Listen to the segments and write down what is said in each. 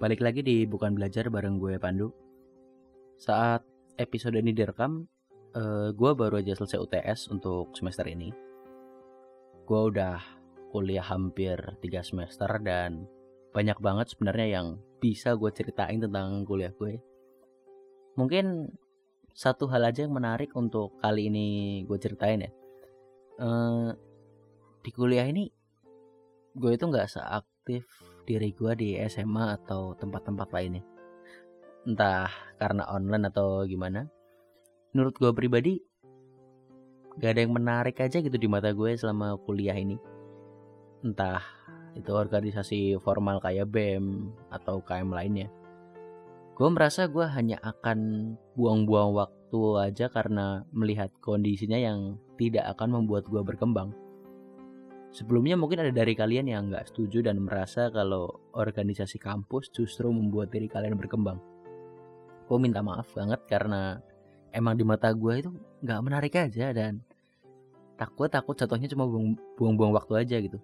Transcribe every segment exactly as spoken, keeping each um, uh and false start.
Balik lagi di Bukan Belajar bareng gue Pandu. Saat episode ini direkam, uh, gue baru aja selesai U T S untuk semester ini. Gue udah kuliah hampir tiga semester dan banyak banget sebenarnya yang bisa gue ceritain tentang kuliah gue. Mungkin satu hal aja yang menarik untuk kali ini gue ceritain ya. Uh, di kuliah ini gue itu gak seaktif diri gue di S M A atau tempat-tempat lainnya. Entah karena online atau gimana. Menurut gue pribadi gak ada yang menarik aja gitu di mata gue selama kuliah ini. Entah itu organisasi formal kayak B E M atau K M lainnya. Gue merasa gue hanya akan buang-buang waktu aja karena melihat kondisinya yang tidak akan membuat gue berkembang. Sebelumnya mungkin ada dari kalian yang gak setuju dan merasa kalau organisasi kampus justru membuat diri kalian berkembang. Gue minta maaf banget karena emang di mata gue itu gak menarik aja dan takut takut jatuhnya cuma buang-buang waktu aja gitu.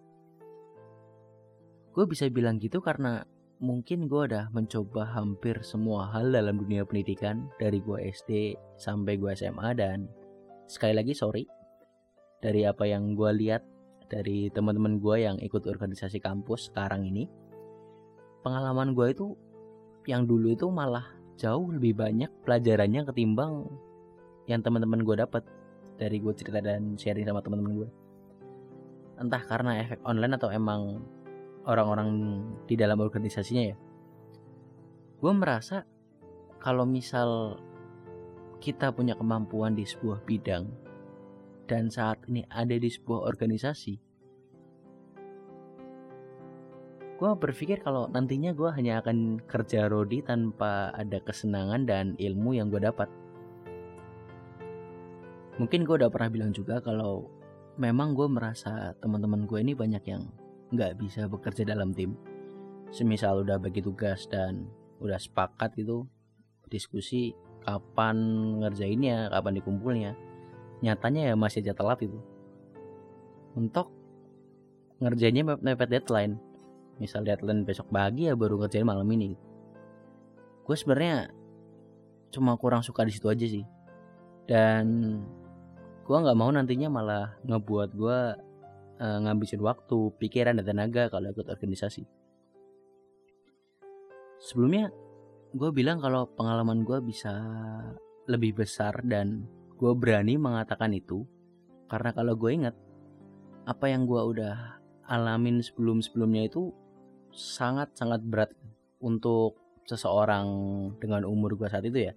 Gue bisa bilang gitu karena mungkin gue udah mencoba hampir semua hal dalam dunia pendidikan, dari gue S D sampai gue S M A, dan sekali lagi sorry dari apa yang gue lihat dari teman-teman gue yang ikut organisasi kampus sekarang ini, pengalaman gue itu yang dulu itu malah jauh lebih banyak pelajarannya ketimbang yang teman-teman gue dapat dari gue cerita dan sharing sama teman-teman gue. Entah karena efek online atau emang orang-orang di dalam organisasinya ya. Gue merasa kalau misal kita punya kemampuan di sebuah bidang dan saat ini ada di sebuah organisasi, gue berpikir kalau nantinya gue hanya akan kerja rodi tanpa ada kesenangan dan ilmu yang gue dapat. Mungkin gue udah pernah bilang juga kalau memang gue merasa teman-teman gue ini banyak yang gak bisa bekerja dalam tim. Semisal udah bagi tugas dan udah sepakat itu diskusi kapan ngerjainnya, kapan dikumpulnya, nyatanya ya masih aja telat itu. Untuk ngerjainnya mepet deadline. Misal deadline besok pagi ya baru ngerjain malam ini. Gue sebenarnya cuma kurang suka di situ aja sih. Dan gue nggak mau nantinya malah ngebuat gue uh, ngabisin waktu, pikiran dan tenaga kalau ikut organisasi. Sebelumnya gue bilang kalau pengalaman gue bisa lebih besar dan gue berani mengatakan itu karena kalau gue ingat apa yang gue udah alamin sebelum-sebelumnya itu sangat-sangat berat untuk seseorang dengan umur gue saat itu ya.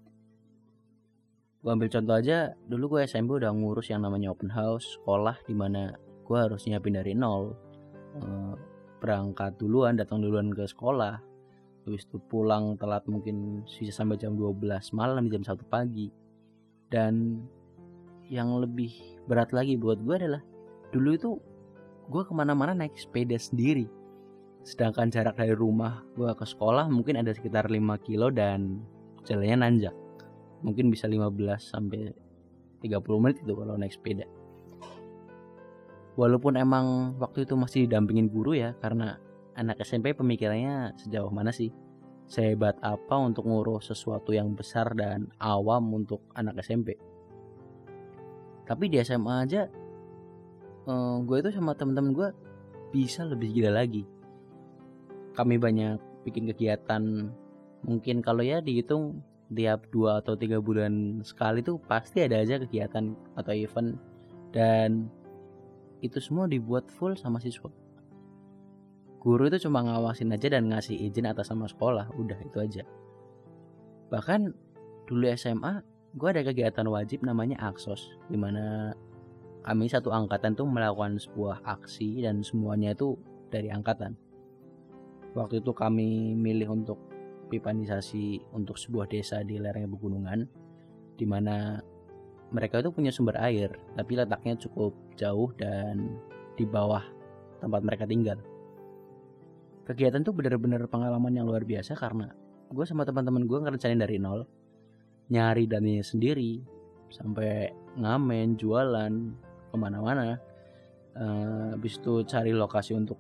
Gue ambil contoh aja, dulu gue S M P udah ngurus yang namanya open house sekolah, dimana gue harus nyiapin dari nol, berangkat duluan, datang duluan ke sekolah, habis itu pulang telat mungkin bisa sampai jam dua belas malam, jam satu pagi. Dan yang lebih berat lagi buat gue adalah dulu itu gue kemana-mana naik sepeda sendiri, sedangkan jarak dari rumah gue ke sekolah mungkin ada sekitar lima kilo dan jalannya nanjak, mungkin bisa lima belas sampai tiga puluh menit itu kalau naik sepeda. Walaupun emang waktu itu masih didampingin guru ya, karena anak S M P pemikirannya sejauh mana sih, sehebat apa untuk ngurus sesuatu yang besar dan awam untuk anak S M P. Tapi di S M A aja eh, gue itu sama temen-temen gue bisa lebih gila lagi. Kami banyak bikin kegiatan, mungkin kalau ya dihitung tiap dua atau tiga bulan sekali tuh pasti ada aja kegiatan atau event, dan itu semua dibuat full sama siswa. Guru itu cuma ngawasin aja dan ngasih izin atas nama sekolah, udah itu aja. Bahkan dulu S M A gue ada kegiatan wajib namanya Aksos, dimana kami satu angkatan tuh melakukan sebuah aksi dan semuanya itu dari angkatan. Waktu itu kami milih untuk pipanisasi untuk sebuah desa di lereng pegunungan, dimana mereka itu punya sumber air tapi letaknya cukup jauh dan di bawah tempat mereka tinggal. Kegiatan tuh benar-benar pengalaman yang luar biasa karena gue sama teman-teman gue ngerencanain dari nol, nyari dananya sendiri, sampai ngamen, jualan kemana-mana, uh, habis itu cari lokasi untuk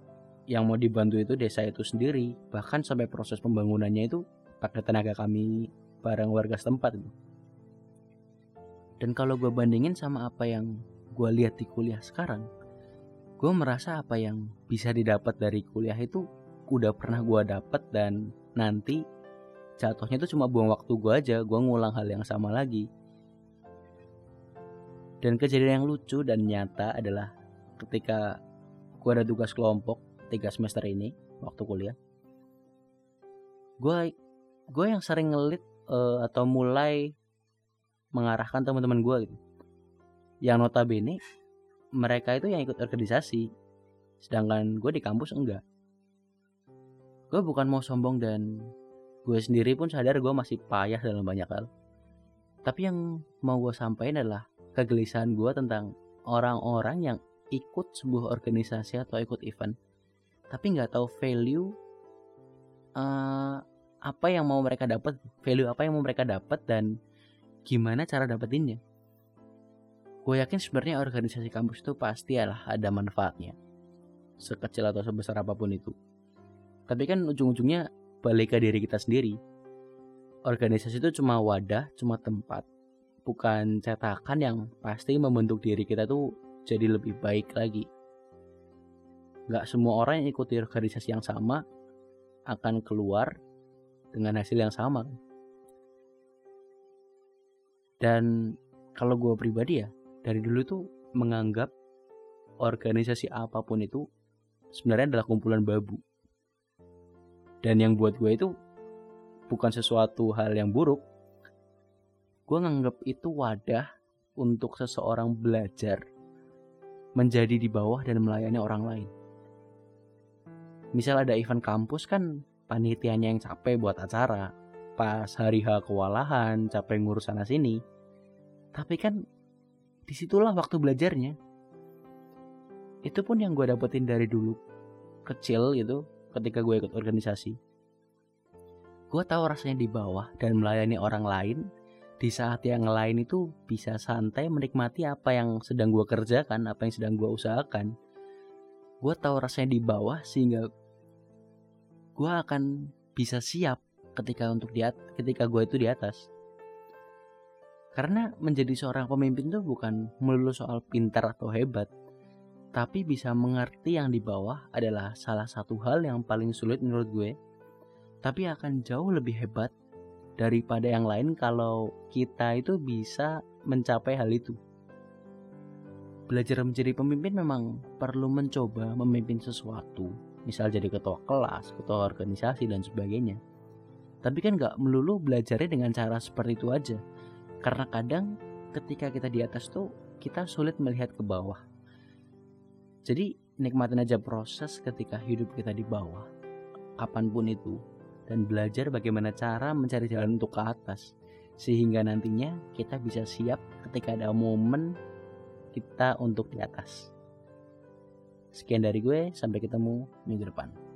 yang mau dibantu itu desa itu sendiri, bahkan sampai proses pembangunannya itu pakai tenaga kami bareng warga setempat itu. Dan kalau gue bandingin sama apa yang gue lihat di kuliah sekarang, gue merasa apa yang bisa didapat dari kuliah itu udah pernah gue dapat, dan nanti jatuhnya itu cuma buang waktu gue aja, gue ngulang hal yang sama lagi. Dan kejadian yang lucu dan nyata adalah ketika gue ada tugas kelompok tiga semester ini waktu kuliah, gue gue yang sering ngelit uh, atau mulai mengarahkan teman-teman gue gitu, yang notabene mereka itu yang ikut organisasi, sedangkan gue di kampus enggak. Gue bukan mau sombong, dan gue sendiri pun sadar gue masih payah dalam banyak hal. Tapi yang mau gue sampaikan adalah kegelisahan gue tentang orang-orang yang ikut sebuah organisasi atau ikut event, tapi nggak tahu value uh, apa yang mau mereka dapat, value apa yang mau mereka dapat, dan gimana cara dapetinnya. Gue yakin sebenarnya organisasi kampus itu pasti adalah ada manfaatnya, sekecil atau sebesar apapun itu. Tapi kan ujung-ujungnya balik ke diri kita sendiri. Organisasi itu cuma wadah, cuma tempat, bukan cetakan yang pasti membentuk diri kita tuh jadi lebih baik lagi. Gak semua orang yang ikuti organisasi yang sama akan keluar dengan hasil yang sama. Dan kalau gue pribadi ya, dari dulu tuh menganggap organisasi apapun itu sebenarnya adalah kumpulan babu. Dan yang buat gue itu bukan sesuatu hal yang buruk. Gue nganggap itu wadah untuk seseorang belajar menjadi di bawah dan melayani orang lain. Misal ada event kampus kan, panitianya yang capek buat acara, pas hari H kewalahan, capek ngurus sana sini. Tapi kan disitulah waktu belajarnya. Itu pun yang gue dapetin dari dulu kecil gitu, ketika gue ikut organisasi. Gue tahu rasanya di bawah dan melayani orang lain, di saat yang lain itu bisa santai menikmati apa yang sedang gue kerjakan, apa yang sedang gue usahakan. Gue tahu rasanya di bawah, sehingga gue akan bisa siap ketika untuk di at- ketika gue itu di atas. Karena menjadi seorang pemimpin itu bukan melulu soal pintar atau hebat, tapi bisa mengerti yang di bawah adalah salah satu hal yang paling sulit menurut gue, tapi akan jauh lebih hebat daripada yang lain kalau kita itu bisa mencapai hal itu. Belajar menjadi pemimpin memang perlu mencoba memimpin sesuatu, misal jadi ketua kelas, ketua organisasi, dan sebagainya. Tapi kan gak melulu belajarnya dengan cara seperti itu aja. Karena kadang ketika kita di atas tuh kita sulit melihat ke bawah. Jadi nikmatin aja proses ketika hidup kita di bawah, kapanpun itu, dan belajar bagaimana cara mencari jalan untuk ke atas, sehingga nantinya kita bisa siap ketika ada momen kita untuk di atas. Sekian dari gue, sampai ketemu minggu depan.